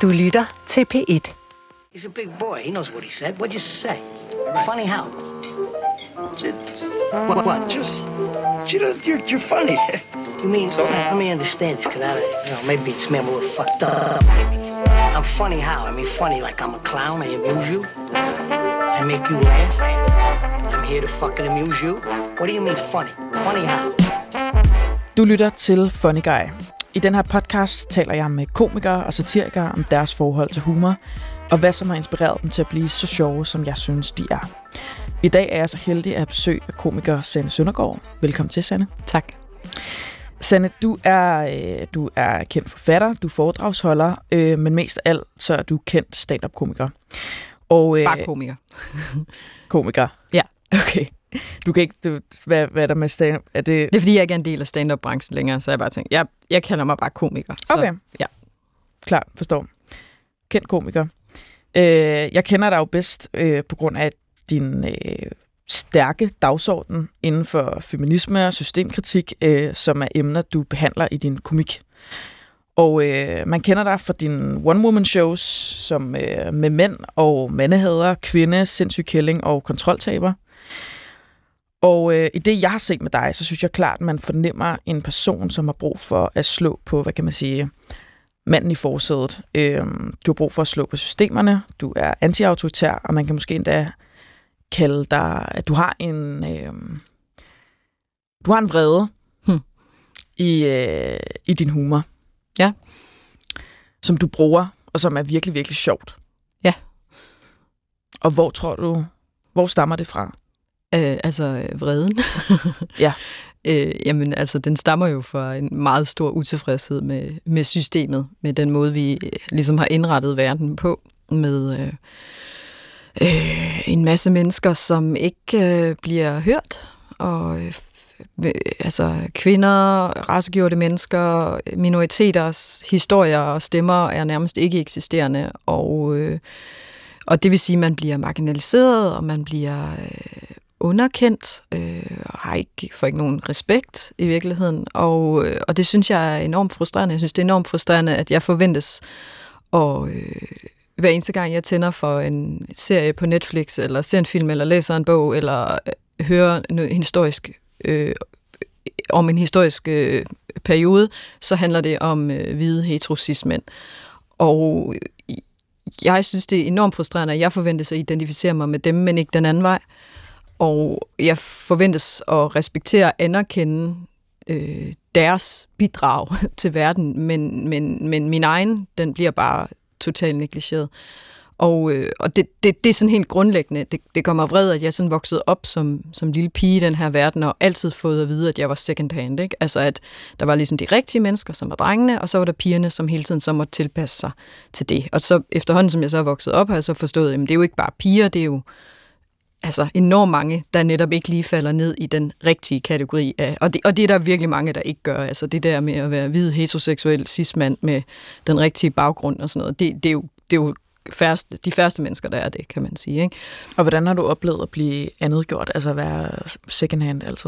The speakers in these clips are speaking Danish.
Du lytter til P1. He's a big boy. He knows what he said. What'd you say? Funny how? What? Just, you're funny. You mean, so let me understand this, because maybe it's me, I'm a little fucked up. I'm funny how? I mean, funny like I'm a clown, I amuse you. I make you laugh. I'm here to fucking amuse you. What do you mean funny? Funny how? Du lytter til Funny Guy. I den her podcast taler jeg med komikere og satirikere om deres forhold til humor, og hvad som har inspireret dem til at blive så sjove, som jeg synes, de er. I dag er jeg så heldig at have besøg af komiker Sanne Søndergaard. Velkommen til, Sanne. Tak. Sanne, du er kendt forfatter, du er foredragsholder, men mest af alt så er du kendt stand-up-komiker. Bare komiker. Komiker? Ja. Okay. Du kan ikke... Hvad er der med stand-up? Det er fordi, jeg ikke er en del af stand-up-branchen længere, så jeg bare tænkte, jeg kalder mig bare komiker. Så, okay. Ja. Klart, forstår. Kendt komiker. Jeg kender dig jo bedst på grund af din stærke dagsorden inden for feminisme og systemkritik, som er emner, du behandler i din komik. Og man kender dig for dine one-woman-shows, som med mænd og mandehader, kvinde, sindssyg kælling og kontroltaber. Og i det, jeg har set med dig, så synes jeg klart, at man fornemmer en person, som har brug for at slå på, hvad kan man sige, manden i forsædet. Du har brug for at slå på systemerne, du er anti-autoritær, og man kan måske endda kalde dig, at du har en vrede i din humor. Ja. Som du bruger, og som er virkelig, virkelig sjovt. Ja. Og hvor stammer det fra? Vreden. Ja. Jamen, altså, den stammer jo fra en meget stor utilfredshed med systemet, med den måde, vi ligesom har indrettet verden på, med en masse mennesker, som ikke bliver hørt, og kvinder, racegjorte mennesker, minoriteters historier og stemmer er nærmest ikke eksisterende, og det vil sige, at man bliver marginaliseret, og man bliver underkendt, får ikke nogen respekt i virkeligheden, og det synes jeg er enormt frustrerende. Jeg synes, det er enormt frustrerende, at jeg forventes, og hver eneste gang jeg tænder for en serie på Netflix, eller ser en film, eller læser en bog, eller hører om en historisk periode, så handler det om hvide heterosis-mænd. Og jeg synes, det er enormt frustrerende, at jeg forventes at identificere mig med dem, men ikke den anden vej. Og jeg forventes at respektere og anerkende deres bidrag til verden, men min egen, den bliver bare totalt negligeret. Og det er sådan helt grundlæggende. Det gør mig vred, at jeg sådan voksede op som lille pige i den her verden, og altid fået at vide, at jeg var second hand. Ikke? Altså, at der var ligesom de rigtige mennesker, som var drengene, og så var der pigerne, som hele tiden så måtte tilpasse sig til det. Og så efterhånden, som jeg så er vokset op, har jeg så forstået, at det er jo ikke bare piger, det er jo enormt mange, der netop ikke lige falder ned i den rigtige kategori af, og det er der virkelig mange, der ikke gør. Altså det der med at være hvid, heteroseksuel, cis-mand med den rigtige baggrund og sådan noget, det er jo de færreste mennesker, der er det, kan man sige. Ikke? Og hvordan har du oplevet at blive andetgjort, altså at være second hand altid?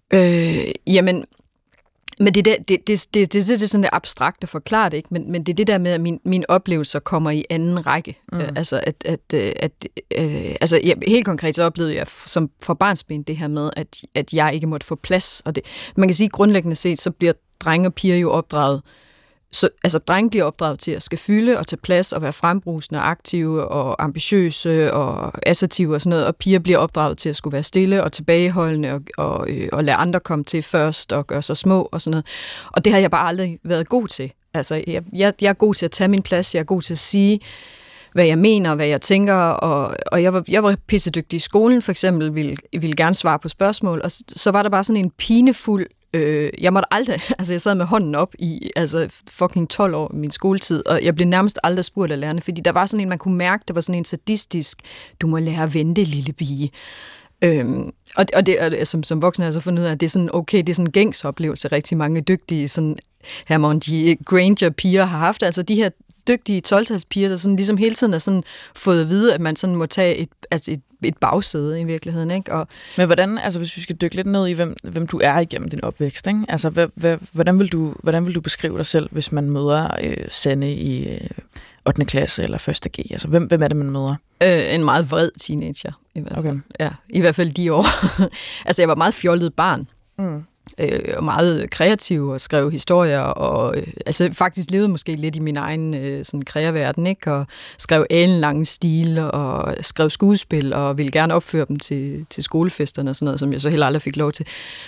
Men det er sådan det abstrakte forklaret, ikke? Men det er det der med, at mine oplevelser kommer i anden række. Helt konkret så oplevede jeg som fra barnsben det her med, at jeg ikke måtte få plads. Og det, man kan sige, grundlæggende set, så bliver drenge og piger jo opdraget. Så drenge bliver opdraget til at skal fylde og tage plads og være frembrusende, aktive og ambitiøse og assertive og sådan noget, og piger bliver opdraget til at skulle være stille og tilbageholdende og lade andre komme til først og gøre sig små og sådan noget. Og det har jeg bare aldrig været god til. Altså, jeg er god til at tage min plads, jeg er god til at sige, hvad jeg mener, hvad jeg tænker, og jeg var pissedygtig i skolen, for eksempel, ville gerne svare på spørgsmål, og så var der bare sådan en pinefuld jeg måtte aldrig, jeg sad med hånden op i fucking 12 år i min skoletid, og jeg blev nærmest aldrig spurgt af lærerne, fordi der var sådan en, man kunne mærke, der var sådan en sadistisk, du må lære at vente, lille pige. Og det, som voksen har jeg så fundet ud af, at det er sådan, okay, det er sådan en gængs oplevelse, rigtig mange dygtige sådan Hermione Granger-piger har haft, altså de her dygtige 12-talspiger, der sådan ligesom hele tiden er sådan fået at vide, at man sådan må tage et bagsæde i virkeligheden, ikke? Men hvordan, altså hvis vi skal dykke lidt ned i, hvem du er igennem din opvækst, ikke? Altså hvordan vil du beskrive dig selv, hvis man møder Sanne i 8. klasse eller 1. G? Altså, hvem er det, man møder? En meget vred teenager. I hvert fald. Okay. Ja, i hvert fald de år. Altså, jeg var meget fjollet barn. Og meget kreativ og skrev historier, og altså faktisk levede måske lidt i min egen sådan kreaverden, ikke? Og skrev alenlange stil og skrev skuespil, og ville gerne opføre dem til skolefesterne og sådan noget, som jeg så heller aldrig fik lov til.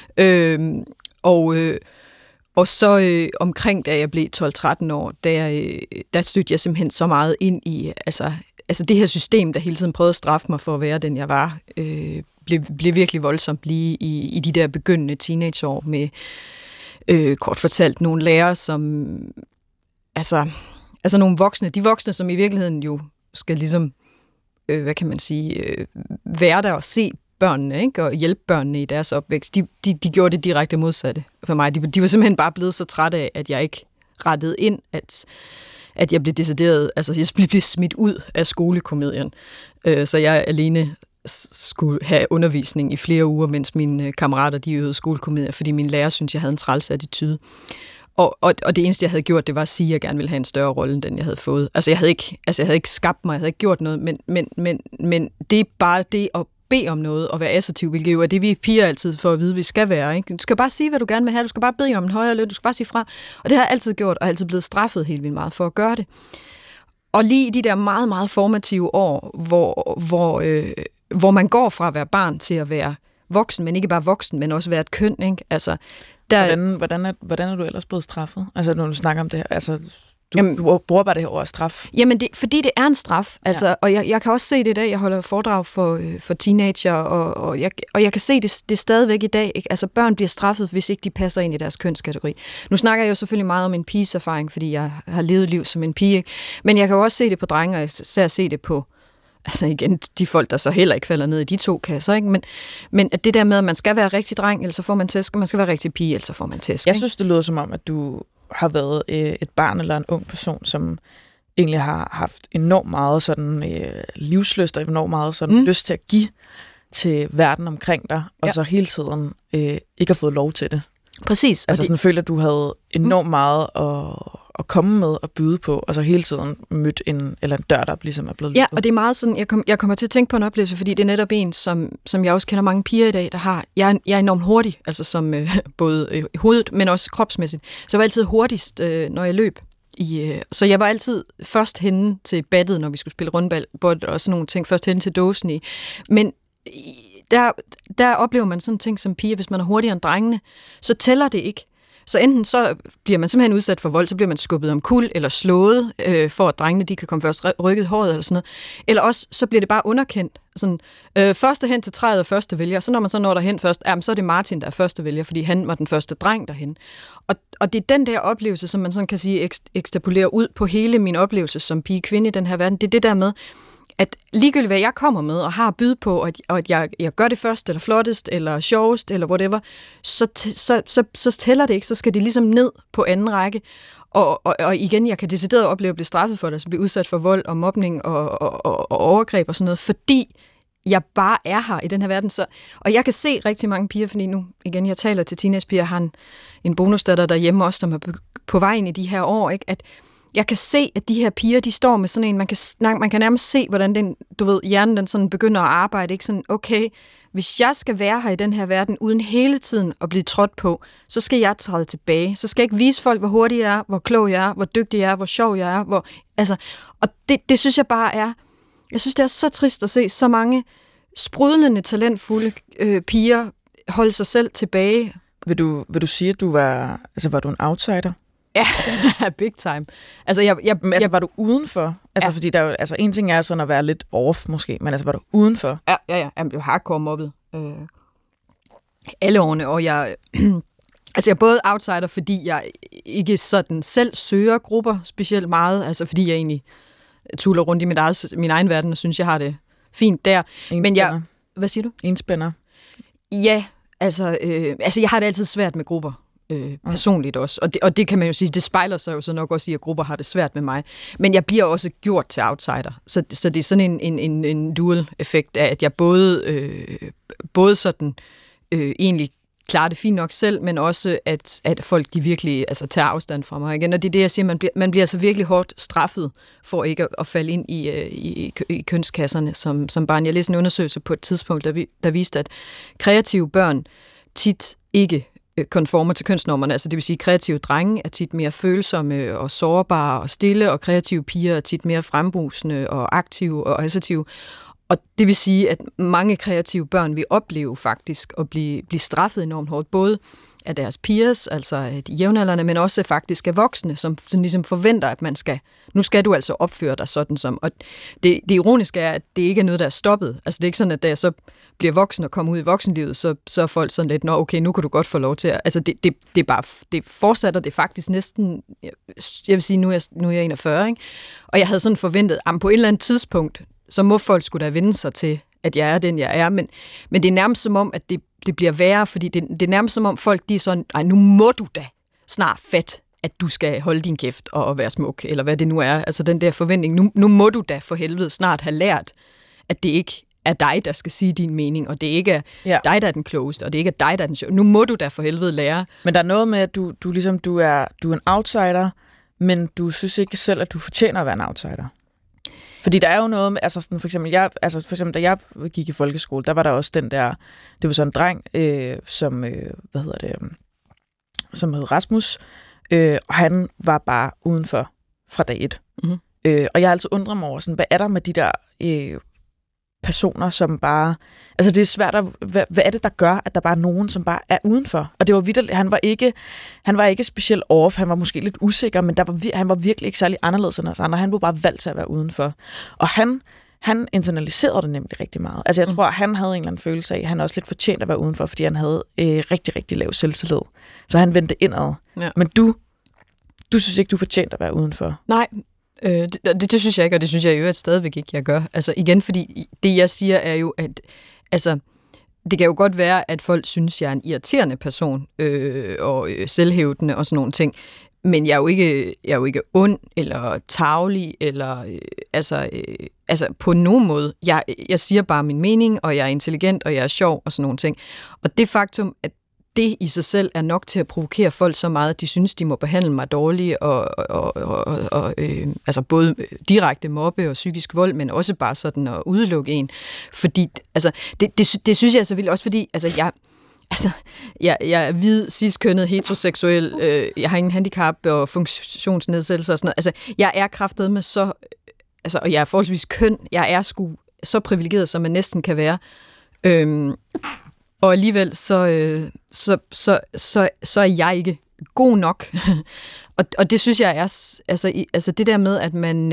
Og så omkring, da jeg blev 12-13 år, der stødte jeg simpelthen så meget ind i, altså det her system, der hele tiden prøvede at straffe mig for at være den, jeg var, blev virkelig voldsomt lige i de der begyndende teenageår med, kort fortalt, nogle lærere, som, altså nogle voksne, de voksne, som i virkeligheden jo skal ligesom, hvad kan man sige, være der og se børnene, ikke? Og hjælpe børnene i deres opvækst. De gjorde det direkte modsatte for mig. De var simpelthen bare blevet så trætte af, at jeg ikke rettede ind, at jeg blev decideret, altså jeg blev smidt ud af skolekomedien. Så jeg alene skulle have undervisning i flere uger, mens mine kammerater, de øvede skolekomedier, fordi min lærer syntes, jeg havde en træls attitude. Og det eneste, jeg havde gjort, det var at sige, at jeg gerne ville have en større rolle, end den jeg havde fået. Altså jeg havde ikke skabt mig, jeg havde ikke gjort noget, men det er bare det at bede om noget og være assertiv, hvilket jo er det, vi piger altid får at vide, vi skal være. Ikke? Du skal bare sige, hvad du gerne vil have, du skal bare bede om en højere løn, du skal bare sige fra. Og det har jeg altid gjort, og altid blevet straffet helt vildt meget for at gøre det. Og lige i de der meget, meget formative år, hvor man går fra at være barn til at være voksen, men ikke bare voksen, men også være et køn, ikke? Altså, Hvordan er du ellers blevet straffet? Altså, når du snakker om det her, altså, du bruger bare det her ord straf. Jamen, fordi det er en straf. Altså, ja. Og jeg kan også se det i dag. Jeg holder foredrag for teenager, og jeg kan se det stadigvæk i dag. Ikke? Altså, børn bliver straffet, hvis ikke de passer ind i deres kønskategori. Nu snakker jeg jo selvfølgelig meget om en piges erfaring, fordi jeg har levet liv som en pige. Ikke? Men jeg kan jo også se det på drenge, og især se det på altså igen, de folk, der så heller ikke falder ned i de to kasser, ikke? Men at det der med, at man skal være rigtig dreng, ellers så får man tæsk, og man skal være rigtig pige, ellers så får man tæsk. Jeg synes, det lyder som om, at du har været et barn eller en ung person, som egentlig har haft enormt meget sådan livslyst og enormt meget sådan lyst til at give til verden omkring dig, og så hele tiden ikke har fået lov til det. Præcis. Altså sådan føler, at du havde enormt meget at komme med og byde på, og så hele tiden mødt en dør, der ligesom er blevet lukket. Ja, og det er meget sådan, jeg kommer til at tænke på en oplevelse, fordi det er netop en, som jeg også kender mange piger i dag, der har. Jeg er enormt hurtig, altså som både i hovedet, men også kropsmæssigt. Så jeg var altid hurtigst, når jeg løb. Så jeg var altid først henne til battet, når vi skulle spille rundbold og sådan nogle ting, først henne til dåsen i. Men der oplever man sådan en ting som pige, hvis man er hurtigere end drengene, så tæller det ikke. Så enten så bliver man simpelthen udsat for vold, så bliver man skubbet omkuld eller slået, for at drengene de kan komme først rykket håret eller sådan noget. Eller også så bliver det bare underkendt. Sådan, første hen til træet er første vælger, så når man så når derhen først, så er det Martin, der er første vælger, fordi han var den første dreng derhen. Og det er den der oplevelse, som man sådan kan sige ekstrapolerer ud på hele min oplevelse som pige-kvinde i den her verden. Det er det der med, at ligegyldigt hvad jeg kommer med og har at byde på, og at jeg gør det først, eller flottest, eller sjovest, eller whatever, så tæller det ikke, så skal det ligesom ned på anden række. Og igen, jeg kan decideret opleve at blive straffet for det, så blive udsat for vold og mobning og overgreb og sådan noget, fordi jeg bare er her i den her verden. Og jeg kan se rigtig mange piger, fordi nu, igen, jeg taler til teenagepiger, har en bonusdatter derhjemme også, som er på vej ind i de her år, ikke? At jeg kan se, at de her piger, de står med sådan en, man kan nærmest se, hvordan den, hjernen den sådan begynder at arbejde, ikke? Sådan, okay, hvis jeg skal være her i den her verden, uden hele tiden at blive trådt på, så skal jeg træde tilbage. Så skal jeg ikke vise folk, hvor hurtig jeg er, hvor klog jeg er, hvor dygtig jeg er, hvor sjov jeg er. Og det synes jeg bare er, jeg synes, det er så trist at se så mange sprudlende, talentfulde piger holde sig selv tilbage. Vil du sige, at var du en outsider? Ja, big time. Altså, var du udenfor? Altså, fordi der jo, altså en ting er sådan at være lidt off måske, men altså var du udenfor? Ja. Jeg blev hardcore mobbet alle årene, og jeg er både outsider, fordi jeg ikke sådan selv søger grupper specielt meget, altså fordi jeg egentlig tuller rundt i min egen verden og synes, jeg har det fint der. Men hvad siger du? Enspænder. Ja, altså jeg har det altid svært med grupper. Personligt også. Og det kan man jo sige, det spejler sig jo så nok også i, at grupper har det svært med mig. Men jeg bliver også gjort til outsider. Så det er sådan en dual effekt af, at jeg både sådan egentlig klarer det fint nok selv, men også, at folk de virkelig tager afstand fra mig igen. Og det er det, jeg siger, man bliver altså virkelig hårdt straffet for ikke at falde ind i kønskasserne som barn. Jeg læste en undersøgelse på et tidspunkt, der viste, at kreative børn tit ikke konformer til kønsnormerne. Altså det vil sige, at kreative drenge er tit mere følsomme og sårbare og stille, og kreative piger er tit mere frembrusende og aktive og assertive. Og det vil sige, at mange kreative børn vil opleve faktisk at blive straffet enormt hårdt, både af deres peers, altså de jævnaldrende, men også faktisk af voksne, som ligesom forventer, at nu skal du altså opføre dig sådan som. Og det ironiske er, at det ikke er noget, der er stoppet. Altså det er ikke sådan, at da jeg så bliver voksen og kommer ud i voksenlivet, så er folk sådan lidt, okay, nu kan du godt få lov til at. Altså det er bare, det fortsætter det faktisk næsten, jeg vil sige, nu er jeg 41, ikke? Og jeg havde sådan forventet, at på et eller andet tidspunkt, så må folk skulle da vende sig til, at jeg er den, jeg er. Men det er nærmest som om, at det bliver værre, fordi det er nærmest som om folk, de er sådan, nu må du da snart fat, at du skal holde din kæft og være smuk, eller hvad det nu er. Altså den der forventning, nu må du da for helvede snart have lært, at det ikke er dig, der skal sige din mening, og det ikke er dig, der er den klogeste, og det ikke er dig, der er den sjov. Nu må du da for helvede lære. Men der er noget med, at du er en outsider, men du synes ikke selv, at du fortjener at være en outsider. Fordi der er jo noget med, altså sådan for eksempel, da jeg gik i folkeskole, der var der også den der, det var sådan en dreng, som hed Rasmus, og han var bare udenfor fra dag 1. Mm-hmm. Og jeg har altid undret mig over, sådan, hvad er der med de der personer, som bare, altså det er svært at, hvad er det, der gør, at der bare er nogen, som bare er udenfor? Og det var vitterligt, han var ikke specielt off, han var måske lidt usikker, men han var virkelig ikke særlig anderledes end os andre. Han blev bare valgt til at være udenfor. Og han internaliserede det nemlig rigtig meget. Altså jeg tror, at han havde en eller anden følelse af, at han også lidt fortjent at være udenfor, fordi han havde rigtig, rigtig lav selvtillid. Så han vendte indad. Ja. Men du synes ikke, du fortjente at være udenfor? Nej. Det synes jeg ikke, og det synes jeg jo stadigvæk ikke, jeg gør. Altså igen, fordi det, jeg siger, er jo, at altså, det kan jo godt være, at folk synes, jeg er en irriterende person, og selvhævdende og sådan nogle ting, men jeg er jo ikke ond, eller tarvelig, eller altså på nogen måde. Jeg siger bare min mening, og jeg er intelligent, og jeg er sjov, og sådan nogle ting. Og det faktum, at det i sig selv er nok til at provokere folk så meget, at de synes, de må behandle mig dårligt, og altså både direkte mobbe og psykisk vold, men også bare sådan at udelukke en. Fordi, altså, det synes jeg er så vildt, også fordi, jeg er hvid, ciskønnet, heteroseksuel, jeg har ingen handicap og funktionsnedsættelse og sådan noget. Altså, jeg er kraftedeme så, altså, og jeg er forholdsvis køn, jeg er sgu så privilegeret, som man næsten kan være. Og alligevel så er jeg ikke god nok. og det synes jeg er, altså det der med, at man,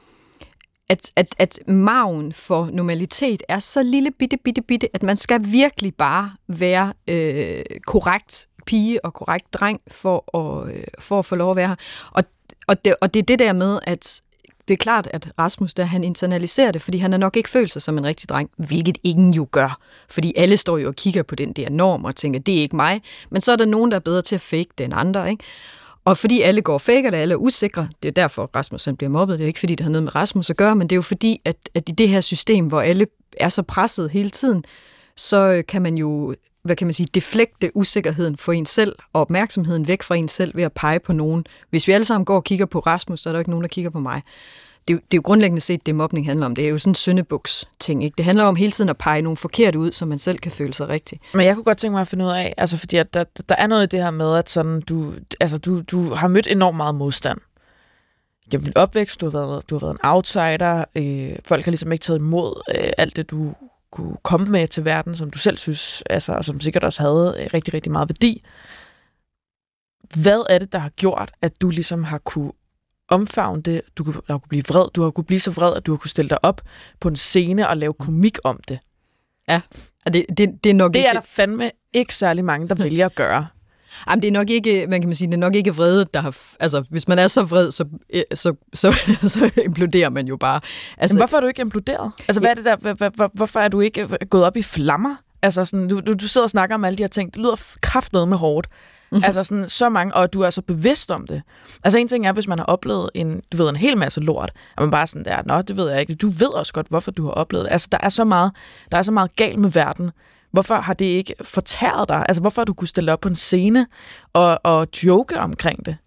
at margen for normalitet er så lille bitte, at man skal virkelig bare være korrekt pige og korrekt dreng for at få lov at være her. Og det er det der med, at det er klart, at Rasmus, der han internaliserer det, fordi han er nok ikke følt sig som en rigtig dreng, hvilket ingen jo gør. Fordi alle står jo og kigger på den der norm og tænker, det er ikke mig. Men så er der nogen, der er bedre til at fake det end andre, ikke? Og fordi alle går og faker det, alle er usikre, det er derfor, Rasmus han bliver mobbet. Det er ikke, fordi det har noget med Rasmus at gøre, men det er jo fordi, at i det her system, hvor alle er så presset hele tiden, så kan man jo, deflekte usikkerheden for en selv, og opmærksomheden væk fra en selv ved at pege på nogen. Hvis vi alle sammen går og kigger på Rasmus, så er der ikke nogen, der kigger på mig. Det er jo grundlæggende set, det mobning handler om. Det er jo sådan en syndebuks-ting, ikke? Det handler om hele tiden at pege nogle forkerte ud, så man selv kan føle sig rigtig. Men jeg kunne godt tænke mig at finde ud af, altså fordi at der er noget i det her med, at sådan, du har mødt enormt meget modstand. Gennem din opvækst, du har været en outsider, folk har ligesom ikke taget imod alt det, du kunne komme med til verden, som du selv synes, altså, og som sikkert også havde rigtig, rigtig meget værdi. Hvad er det, der har gjort, at du ligesom har kunne omfavne det, du har kunne blive vred, du har kunne blive så vred, at du har kunne stille dig op på en scene og lave komik om det? Ja, og det er nok det er der fandme ikke særlig mange, der vælger at gøre. Jamen, det er nok ikke, man kan sige, det er nok ikke vrede, der har, altså, hvis man er så vred, så imploderer man jo bare. Altså, men hvorfor er du ikke imploderet? Altså, hvad er det der, hvorfor er du ikke gået op i flammer? Altså, sådan, du sidder og snakker om alle de her ting, det lyder kraftedeme hårdt. Mm-hmm. Altså sådan så mange, og du er så bevidst om det. Altså en ting er, hvis man har oplevet en hel masse lort, og man bare sådan der, det ved jeg ikke. Du ved også godt, hvorfor du har oplevet det. Altså der er så meget galt med verden, Hvorfor har det ikke fortæret dig? Altså, hvorfor har du kunne stille op på en scene og joke omkring det?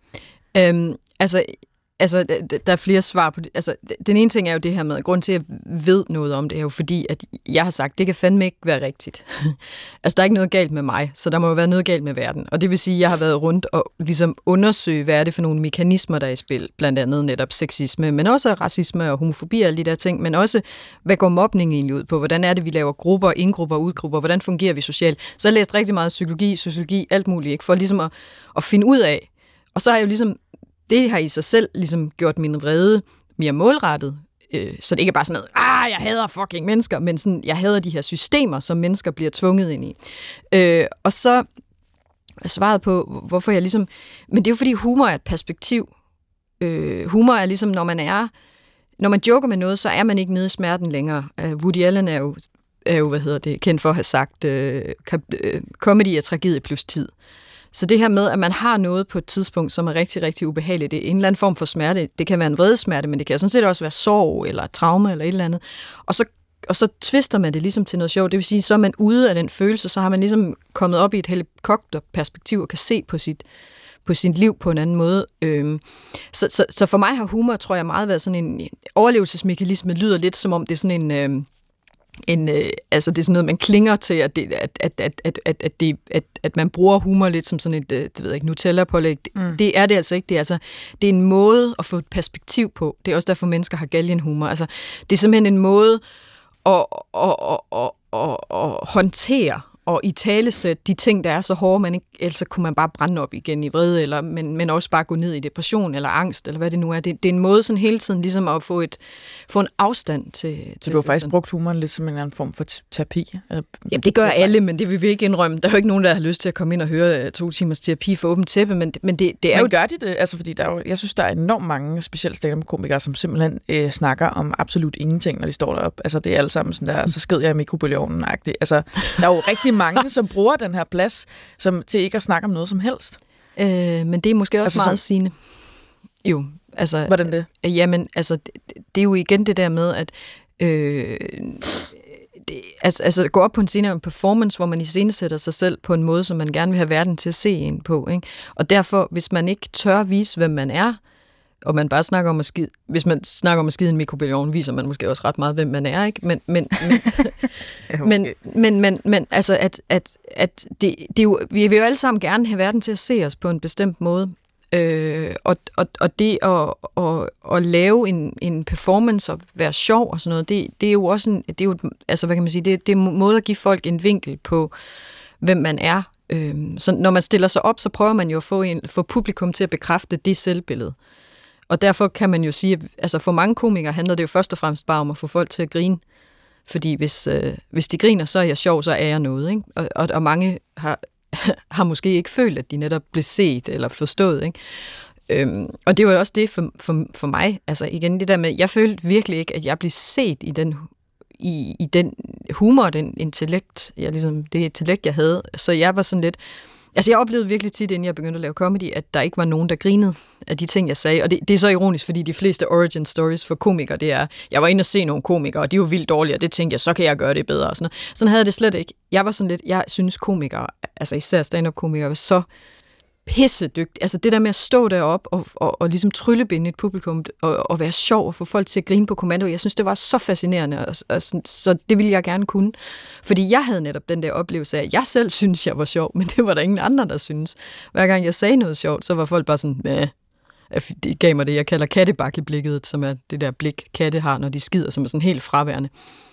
Altså, der er flere svar på det. Altså, den ene ting er jo det her med, at grunden til, at jeg ved noget om det, er jo fordi, at jeg har sagt, det kan fandme ikke være rigtigt. Altså, der er ikke noget galt med mig, så der må jo være noget galt med verden. Og det vil sige, at jeg har været rundt og ligesom undersøge, hvad er det for nogle mekanismer, der er i spil. Blandt andet netop sexisme, men også racisme og homofobi og alle de der ting. Men også, hvad går mobning egentlig ud på? Hvordan er det, vi laver grupper, indgrupper, udgrupper? Hvordan fungerer vi socialt? Så jeg har læst rigtig meget psykologi, alt muligt, ikke? For ligesom at finde ud af. Og så har jeg jo ligesom det har i sig selv ligesom gjort min vrede mere målrettet. Så det ikke er bare sådan noget, jeg hader fucking mennesker, men sådan, jeg hader de her systemer, som mennesker bliver tvunget ind i. Og så er svaret på, hvorfor jeg ligesom... Men det er jo fordi, humor er et perspektiv. Humor er ligesom, når man joker med noget, så er man ikke nede i smerten længere. Woody Allen er jo kendt for at have sagt, comedy er tragedie plus tid. Så det her med, at man har noget på et tidspunkt, som er rigtig, rigtig ubehageligt, det er en eller anden form for smerte. Det kan være en vredesmerte, men det kan sådan set også være sorg eller traume eller et eller andet. Og så twister man det ligesom til noget sjovt. Det vil sige, så er man ude af den følelse, så har man ligesom kommet op i et helikopterperspektiv og kan se på sit liv på en anden måde. Så for mig har humor, tror jeg, meget været sådan en overlevelsesmekanisme. Det lyder lidt som om det er sådan altså det er sådan noget, man klinger til, at man bruger humor lidt som sådan et, det ved jeg ikke, Nutella-pålæg. Det er det altså ikke. Det er en måde at få et perspektiv på. Det er også derfor, mennesker har galgenhumor. Altså, det er simpelthen en måde at håndtere og italesætte de ting, der er så hårde, man ikke, ellers kunne man bare brænde op igen i vrede, men også bare gå ned i depression eller angst, eller hvad det nu er. Det er en måde sådan hele tiden ligesom at få en afstand til. Så du har faktisk brugt humoren lidt som en anden form for terapi? Jamen det gør alle, men det vil vi ikke indrømme. Der er jo ikke nogen, der har lyst til at komme ind og høre 2 timers terapi for åbent tæppe, men det er jo... Men gør de det? Altså fordi jeg synes, der er enormt mange specielt stand-up-komikere, som simpelthen snakker om absolut ingenting, når de står deroppe. Altså det er alle sammen sådan der, så sked jeg i mikrobølgeovnen-agtigt. Altså der er jo rigtig mange, som bruger den her plads til ikke at snakke om noget som helst. Men det er måske også meget sigende. Jo, altså... Hvordan det? Jamen, altså, det er jo igen det der med, at altså gå op på en scene og en performance, hvor man iscenesætter sig selv på en måde, som man gerne vil have verden til at se en på, ikke? Og derfor, hvis man ikke tør vise, hvem man er, og man bare snakker om at skide, hvis man snakker om at skide en mikrobølgeovn, viser man måske også ret meget, hvem man er, ikke? Men altså, at det er jo, vi vil jo alle sammen gerne have verden til at se os på en bestemt måde. Og det at lave en performance og være sjov og sådan noget, det er jo også altså hvad kan man sige, det er en måde at give folk en vinkel på, hvem man er. Så når man stiller sig op, så prøver man jo at få publikum til at bekræfte det selvbillede. Og derfor kan man jo sige, at altså for mange komikere handler det jo først og fremmest bare om at få folk til at grine. Fordi hvis de griner, så er jeg sjov, så er jeg noget, ikke? Og mange har måske ikke følt, at de netop blev set eller forstået, ikke? Og det var også det for mig. Altså igen det der med, jeg følte virkelig ikke, at jeg blev set i den humor, den intellekt, det intellekt, jeg havde. Så jeg var sådan lidt... Altså jeg oplevede virkelig tit, inden jeg begyndte at lave comedy, at der ikke var nogen, der grinede af de ting, jeg sagde. Og det er så ironisk, fordi de fleste origin stories for komikere, det er, jeg var inde og se nogle komikere, og de var vildt dårlige, og det tænkte jeg, så kan jeg gøre det bedre. Og sådan noget. Sådan havde jeg det slet ikke. Jeg var sådan lidt, jeg synes komikere, altså især stand-up-komikere, var så pissedygtige. Altså det der med at stå deroppe og ligesom tryllebinde et publikum, og være sjov og få folk til at grine på kommando, jeg synes, det var så fascinerende, og så det ville jeg gerne kunne. Fordi jeg havde netop den der oplevelse af, at jeg selv synes, jeg var sjov, men det var der ingen andre, der synes. Hver gang jeg sagde noget sjovt, så var folk bare sådan, det gav mig det, jeg kalder kattebakkeblikket, som er det der blik, katte har, når de skider, som er sådan helt fraværende.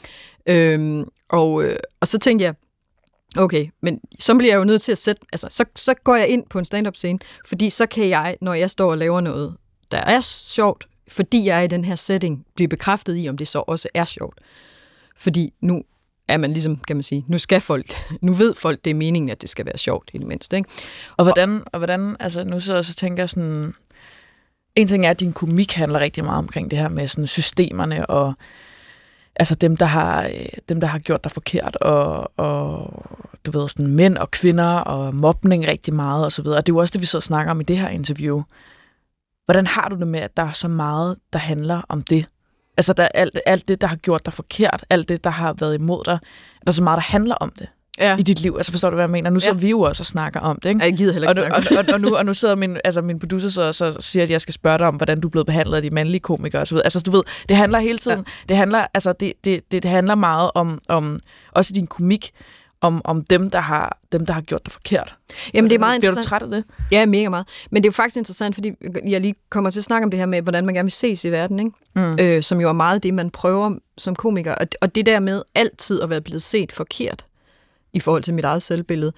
Og så tænkte jeg, okay, men så bliver jeg jo nødt til at sætte... Altså, så går jeg ind på en stand-up scene, fordi så kan jeg, når jeg står og laver noget, der er sjovt, fordi jeg er i den her setting, blive bekræftet i, om det så også er sjovt. Fordi nu er man ligesom, kan man sige, nu ved folk, det er meningen, at det skal være sjovt i det mindste, ikke? Og hvordan altså nu så tænker jeg sådan... En ting er, at din komik handler rigtig meget omkring det her med sådan systemerne og... Altså dem, der har gjort dig forkert, og du ved, sådan mænd og kvinder, og mobning rigtig meget, og så videre. Og det er jo også det, vi sidder og snakker om i det her interview. Hvordan har du det med, at der er så meget, der handler om det? Altså der er alt det, der har gjort dig forkert, alt det, der har været imod dig, er der så meget, der handler om det? i dit liv. Altså forstår du, hvad jeg mener? Nu sidder vi jo også og snakker om det, ikke? Jeg gider heller ikke snakke og nu sidder min producer så siger, at jeg skal spørge dig om, hvordan du er blevet behandlet af de mandlige komikere og så videre. Altså du ved, det handler hele tiden, det handler meget om også din komik, om dem, der har gjort det forkert. Jamen, det er meget Bliver interessant. du træt af det? Ja, mega meget. Men det er jo faktisk interessant, fordi jeg lige kommer til at snakke om det her med, hvordan man gerne vil ses i verden, ikke? Som jo er meget det, man prøver som komiker. Og det der med altid at være blevet set forkert i forhold til mit eget selvbillede.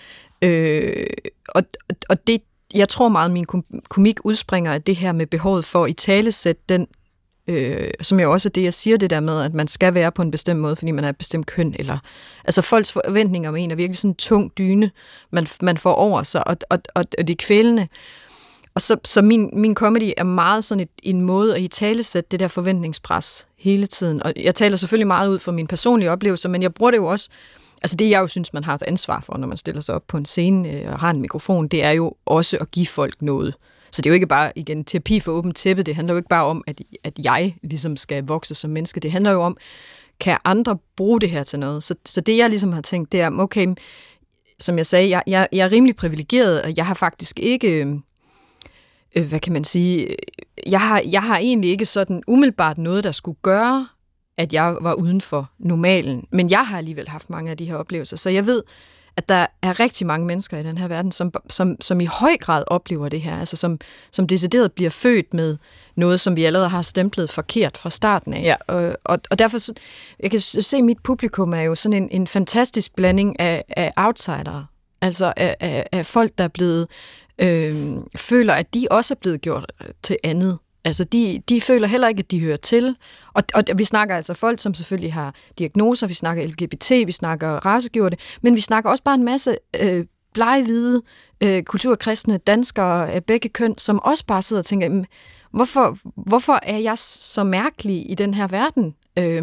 Og det, jeg tror meget, min komik udspringer af det her med behovet for at italesætte den, som jo også er det, jeg siger, det der med, at man skal være på en bestemt måde, fordi man er et bestemt køn, eller altså folks forventninger om en er virkelig sådan en tung dyne, man får over sig, og det er kvælende. Og så min comedy er meget sådan en måde at italesætte det der forventningspres hele tiden. Og jeg taler selvfølgelig meget ud fra mine personlige oplevelser, men jeg bruger det jo også, altså det jeg jo synes, man har et ansvar for, når man stiller sig op på en scene og har en mikrofon, det er jo også at give folk noget. Så det er jo ikke bare, igen, terapi for åbent tæppe, det handler jo ikke bare om, at jeg ligesom skal vokse som menneske. Det handler jo om, kan andre bruge det her til noget? Så det, jeg ligesom har tænkt, det er, okay, som jeg sagde, jeg er rimelig privilegeret, og jeg har faktisk ikke, hvad kan man sige, jeg har egentlig ikke sådan umiddelbart noget, der skulle gøre, at jeg var uden for normalen. Men jeg har alligevel haft mange af de her oplevelser, så jeg ved, at der er rigtig mange mennesker i den her verden, som i høj grad oplever det her, altså som decideret bliver født med noget, som vi allerede har stemplet forkert fra starten af. Ja. Og derfor, jeg kan se, at mit publikum er jo sådan en fantastisk blanding af outsidere, altså af folk, der er blevet, føler, at de også er blevet gjort til andet. Altså, de føler heller ikke, at de hører til. Og vi snakker altså folk, som selvfølgelig har diagnoser, vi snakker LGBT, vi snakker racegjorte, men vi snakker også bare en masse blegehvide, kulturkristne danskere af begge køn, som også bare sidder og tænker, hvorfor er jeg så mærkelig i den her verden?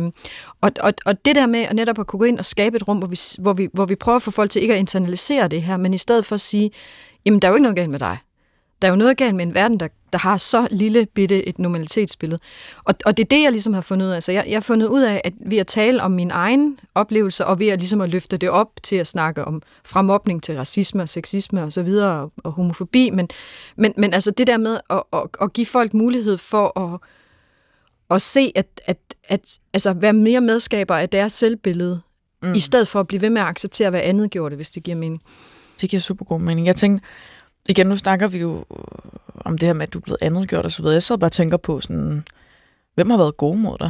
Og det der med at netop at kunne gå ind og skabe et rum, hvor vi prøver at få folk til ikke at internalisere det her, men i stedet for at sige, jamen, der er jo ikke noget galt med dig. Der er jo noget galt med en verden, der har så lille bitte et normalitetsbillede. Og det er det, jeg ligesom har fundet ud af. Altså, jeg har fundet ud af, at ved at tale om min egen oplevelse, og ved at ligesom at løfte det op til at snakke om fra mobning til racisme og sexisme og så videre, og homofobi, men altså det der med at give folk mulighed for at se, at altså være mere medskaber af deres selvbillede, i stedet for at blive ved med at acceptere, hvad andet gjorde det, hvis det giver mening. Det giver super god mening. Jeg tænkte, igen, nu snakker vi jo om det her med, at du er blevet andetgjort og så videre. Jeg sad bare og tænker på sådan, hvem har været gode mod dig?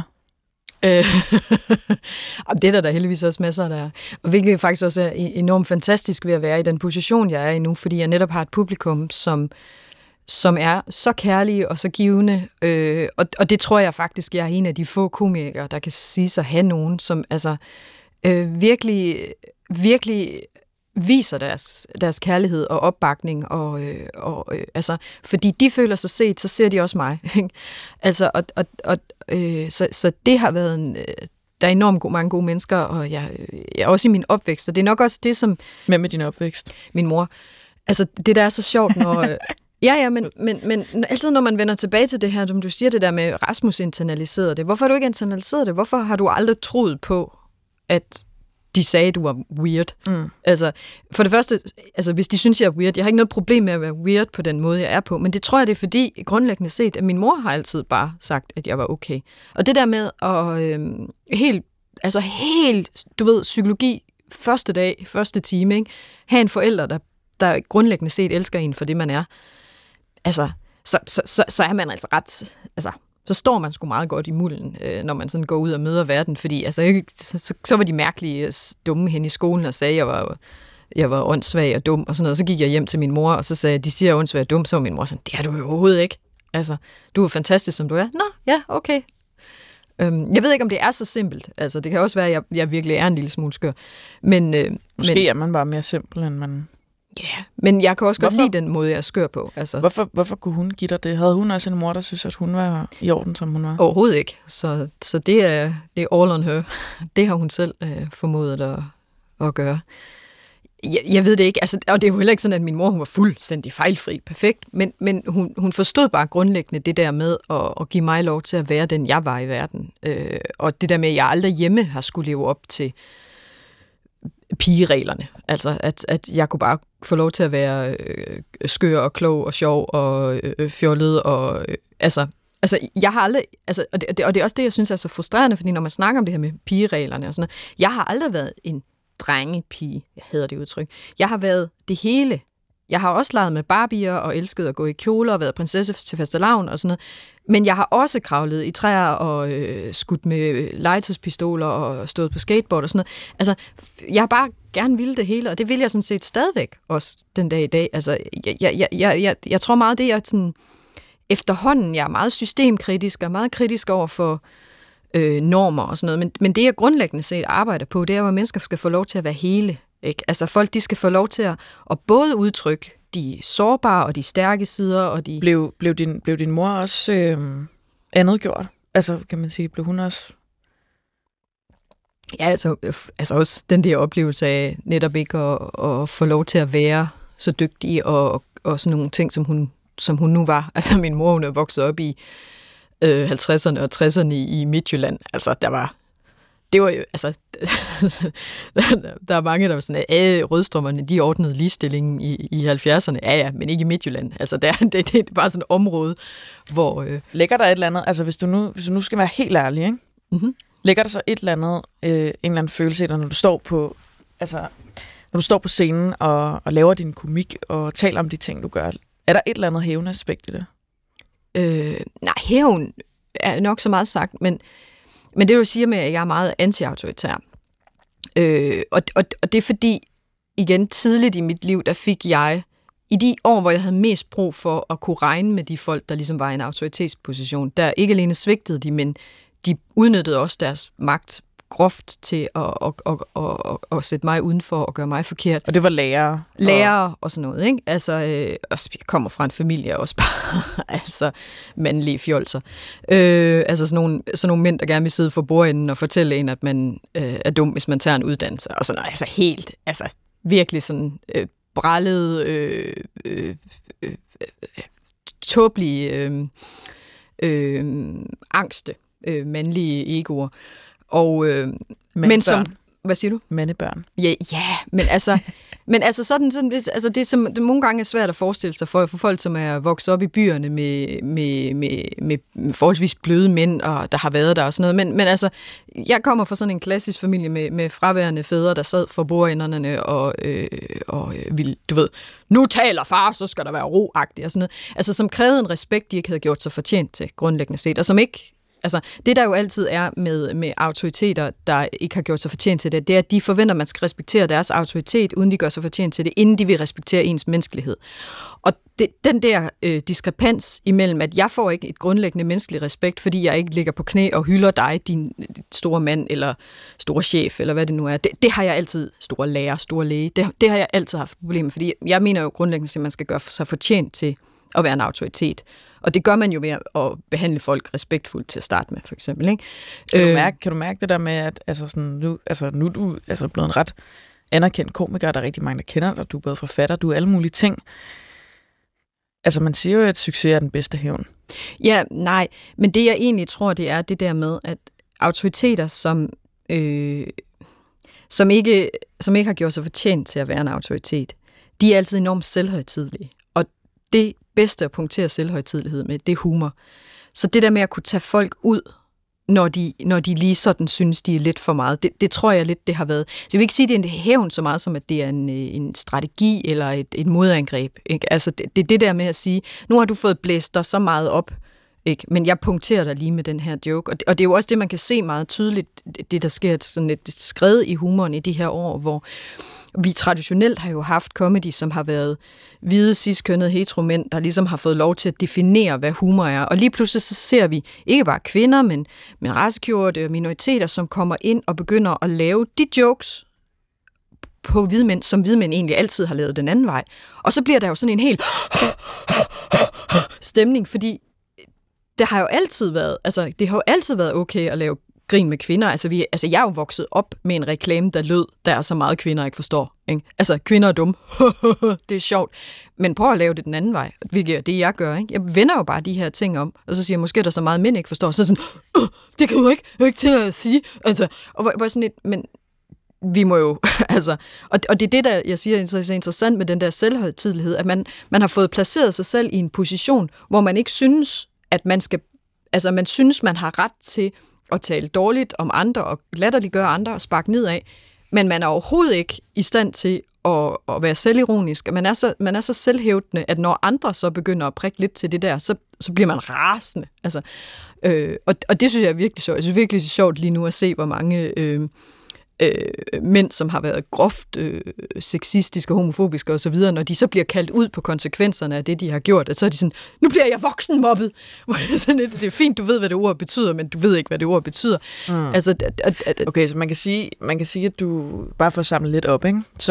Det er der heldigvis også masser, der er. Og hvilket faktisk også er enormt fantastisk ved at være i den position, jeg er i nu, fordi jeg netop har et publikum, som er så kærlige og så givende. Og det tror jeg faktisk, jeg er en af de få komikere, der kan sige sig have nogen, som altså virkelig, virkelig viser deres kærlighed og opbakning, altså, fordi de føler sig set, så ser de også mig. Altså, så det har været der er enormt mange gode mennesker, og jeg også i min opvækst, og det er nok også det, som... Hvem med din opvækst? Min mor. Altså, det der er så sjovt, når... Ja, men altid når man vender tilbage til det her, som du siger det der med, Rasmus internaliserede det. Hvorfor har du ikke internaliseret det? Hvorfor har du aldrig troet på, at de sagde, du var weird? Altså, for det første, altså, hvis de synes, jeg er weird, jeg har ikke noget problem med at være weird på den måde, jeg er på, men det tror jeg, det er fordi, grundlæggende set, at min mor har altid bare sagt, at jeg var okay. Og det der med at helt, du ved, psykologi, første dag, første time, ikke? Have en forælder, der grundlæggende set elsker en for det, man er. Altså, så er man altså ret... Altså, så står man sgu meget godt i mulden, når man sådan går ud og møder verden, fordi altså, så var de mærkelige dumme hen i skolen og sagde, at jeg var åndssvag og dum og sådan noget. Så gik jeg hjem til min mor, og så sagde jeg, de siger, at jeg er åndssvag og dum. Så var min mor sådan, det er du jo overhovedet ikke. Altså, du er fantastisk, som du er. Nå, ja, okay. Jeg ved ikke, om det er så simpelt. Altså, det kan også være, at jeg virkelig er en lille smule skør. Måske er man bare mere simpel, end man... Ja, yeah, men jeg kan også godt lide den måde, jeg er skør på. Altså. Hvorfor kunne hun give dig det? Havde hun også en mor, der synes, at hun var i orden, som hun var? Overhovedet ikke. Så det er all on her. Det har hun selv formået at gøre. Jeg ved det ikke. Altså, og det er jo heller ikke sådan, at min mor hun var fuldstændig fejlfri, perfekt. Men hun forstod bare grundlæggende det der med at give mig lov til at være den, jeg var i verden. Og det der med, at jeg aldrig hjemme har skulle leve op til pigereglerne. Altså, at jeg kunne bare få lov til at være skør og klog og sjov og fjollet og altså, jeg har aldrig, altså, og det er også det, jeg synes er så frustrerende, fordi når man snakker om det her med pigereglerne og sådan noget, jeg har aldrig været en drengepige, jeg hader det udtryk. Jeg har været det hele. Jeg har også leget med barbier og elsket at gå i kjoler og været prinsesse til fastelavn og sådan noget. Men jeg har også kravlet i træer og skudt med legetøjspistoler og stået på skateboard og sådan noget. Altså, jeg har bare gerne ville det hele, og det vil jeg sådan set stadigvæk også den dag i dag. Altså, jeg tror meget, det er sådan efterhånden, jeg er meget systemkritisk og meget kritisk over for normer og sådan noget. Men det, jeg grundlæggende set arbejder på, det er, at mennesker skal få lov til at være hele. Ikke? Altså folk, de skal få lov til at både udtrykke de sårbare og de stærke sider. Og de Blev din mor også andet gjort? Altså, kan man sige, blev hun også... Ja, altså også den der oplevelse af netop ikke at få lov til at være så dygtig og sådan nogle ting, som hun nu var. Altså min mor, hun er vokset op i 50'erne og 60'erne i Midtjylland. Altså, det var jo, altså, der er mange, der var sådan, at rødstrømmerne, de ordnede ligestillingen i 70'erne. Ja, men ikke i Midtjylland. Altså, det er bare sådan et område, hvor... Ligger der et eller andet, altså hvis du nu skal være helt ærlig, ikke? Mm-hmm. Ligger der så et eller andet, en eller anden følelse, når du står på, altså, når du står på scenen og laver din komik og taler om de ting, du gør, er der et eller andet hævende aspekt i det? Nej, hævn er nok så meget sagt, men det du siger med, at jeg er meget anti-autoritær. Og det er fordi, igen, tidligt i mit liv, der fik jeg, i de år, hvor jeg havde mest brug for at kunne regne med de folk, der ligesom var i en autoritetsposition, der ikke alene svigtede de, men de udnyttede også deres magt groft til at sætte mig udenfor og gøre mig forkert. Og det var lærere? Lærere og sådan noget, ikke? Altså, jeg kommer fra en familie også bare, altså mandlige fjolser. Altså sådan nogle mænd, der gerne vil sidde for bordenden og fortælle en, at man er dum, hvis man tager en uddannelse. Og sådan noget, altså helt, altså virkelig sådan brællet, tåbelige, angste, mandlige egoer. Og men som hvad siger du? Mandebørn. Ja, men altså sådan altså det som det nogle gange er svært at forestille sig for folk som er vokset op i byerne med forholdsvis bløde mænd og der har været der og sådan noget. Men altså jeg kommer fra sådan en klassisk familie med fraværende fædre der sad for bordenderne og ville, du ved, nu taler far, så skal der være roagtigt og sådan noget. Altså som krævede en respekt de ikke havde gjort sig fortjent til grundlæggende set og som ikke. Altså, det der jo altid er med autoriteter, der ikke har gjort sig fortjent til det er, at de forventer, at man skal respektere deres autoritet, uden de gør sig fortjent til det, inden de vil respektere ens menneskelighed. Og den der diskrepans imellem, at jeg får ikke et grundlæggende menneskelig respekt, fordi jeg ikke ligger på knæ og hylder dig, din store mand eller store chef, eller hvad det nu er, det har jeg altid, store lærer, store læge, det har jeg altid haft problemer, fordi jeg mener jo grundlæggende, at man skal gøre sig fortjent til at være en autoritet. Og det gør man jo ved at behandle folk respektfuldt til at starte med, for eksempel. Ikke? Kan du mærke det der med, at altså sådan, nu er du altså blevet en ret anerkendt komiker, der er rigtig mange, der kender dig, du er både forfatter, du er alle mulige ting. Altså man siger jo, at succes er den bedste hævn. Ja, nej, men det jeg egentlig tror, det er det der med, at autoriteter, som ikke har gjort sig fortjent til at være en autoritet, de er altid enormt selvhøjtidelige. Og det bedste at punktere selvhøjtidelighed med, det er humor. Så det der med at kunne tage folk ud, når de lige sådan synes, de er lidt for meget, det tror jeg lidt, det har været. Så jeg vil ikke sige, at det er en hævn så meget, som at det er en strategi eller et modangreb. Ikke? Altså det er det der med at sige, nu har du fået blæst dig så meget op, ikke? Men jeg punkterer dig lige med den her joke. Og det er jo også det, man kan se meget tydeligt, det der sker sådan et skred i humoren i de her år, hvor vi traditionelt har jo haft comedy, som har været hvide, cis-kønnede heteromænd, der ligesom har fået lov til at definere, hvad humor er. Og lige pludselig så ser vi ikke bare kvinder, men racegjorte minoriteter, som kommer ind og begynder at lave de jokes på hvide mænd, som hvide mænd egentlig altid har lavet den anden vej. Og så bliver der jo sådan en helt stemning, fordi det har jo altid været okay at lave grin med kvinder. Altså jeg er jo vokset op med en reklame, der lød, der er så meget kvinder ikke forstår. Ikke? Altså, kvinder er dumme. Det er sjovt. Men prøv at lave det den anden vej, hvilket er det, jeg gør. Ikke? Jeg vender jo bare de her ting om, og så siger jeg, måske der er så meget mænd ikke forstår. Så sådan, det kan du ikke til at sige. Altså, og bare sådan lidt, men vi må jo, altså, og det er det, der jeg siger er så interessant med den der selvhøjtidelighed, at man har fået placeret sig selv i en position, hvor man ikke synes, at man skal, altså man synes, man har ret til at tale dårligt om andre og latterliggøre andre og sparke nedad, men man er overhovedet ikke i stand til at være selvironisk. Man er så selvhævdende, at når andre så begynder at prikke lidt til det der, så bliver man rasende. Altså, og det synes jeg er virkelig sjovt. Jeg synes virkelig, det er sjovt lige nu at se, hvor mange mænd, som har været groft sexistiske, homofobiske osv., når de så bliver kaldt ud på konsekvenserne af det, de har gjort, så er de sådan, nu bliver jeg voksenmobbet. Det er fint, du ved, hvad det ord betyder, men du ved ikke, hvad det ord betyder. Altså, okay, så man kan sige, at du, bare for at samle lidt op, ikke? Så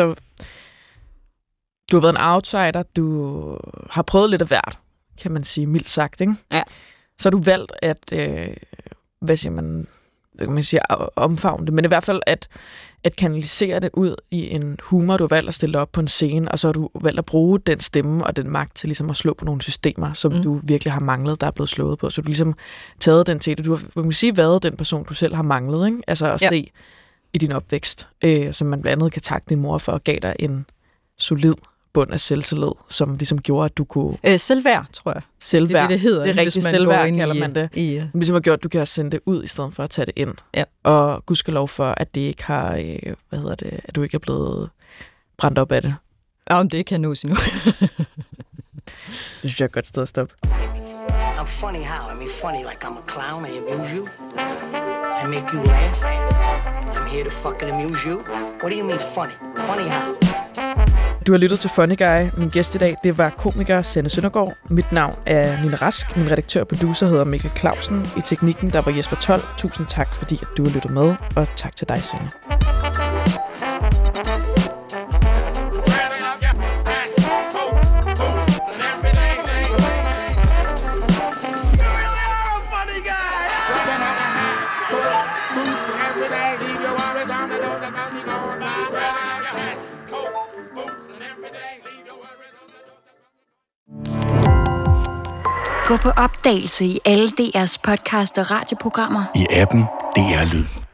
du har været en outsider, du har prøvet lidt af hvert, kan man sige, mildt sagt, ikke? Ja. Så har du valgt at, hvad siger man siger, omfavne det, men i hvert fald at kanalisere det ud i en humor, du har valgt at stille op på en scene, og så har du valgt at bruge den stemme og den magt til ligesom at slå på nogle systemer, som du virkelig har manglet, der er blevet slået på. Så du ligesom taget den til det. Du har, man kan sige, været den person, du selv har manglet, ikke? Altså at se i din opvækst, som man blandt andet kan takke din mor for, og gav dig en solid bund af selvtillid, som ligesom gjorde, at du kunne... selvværd, tror jeg. Selvværd. Det hedder. Det er rigtigt. Selvværd, kalder man det. I, ligesom har gjort, at du kan sende det ud, i stedet for at tage det ind. Ja. Og gudskelov for, at det ikke har... at du ikke er blevet brændt op af det. Ja, om det kan nås endnu. Det synes jeg er et godt sted at stoppe. I'm funny how? I mean funny like I'm a clown, I amuse you. I make you laugh. I'm here to fucking amuse you. What do you mean funny? Funny how? Du har lyttet til Funny Guy. Min gæst i dag, det var komiker Sanne Søndergaard. Mit navn er Nina Rask. Min redaktør og producer hedder Mikkel Clausen. I teknikken, der var Jesper Told. Tusind tak, fordi at du har lyttet med, og tak til dig, Sanne. Gå på opdagelse i alle DR's podcast og radioprogrammer. I appen DR Lyd.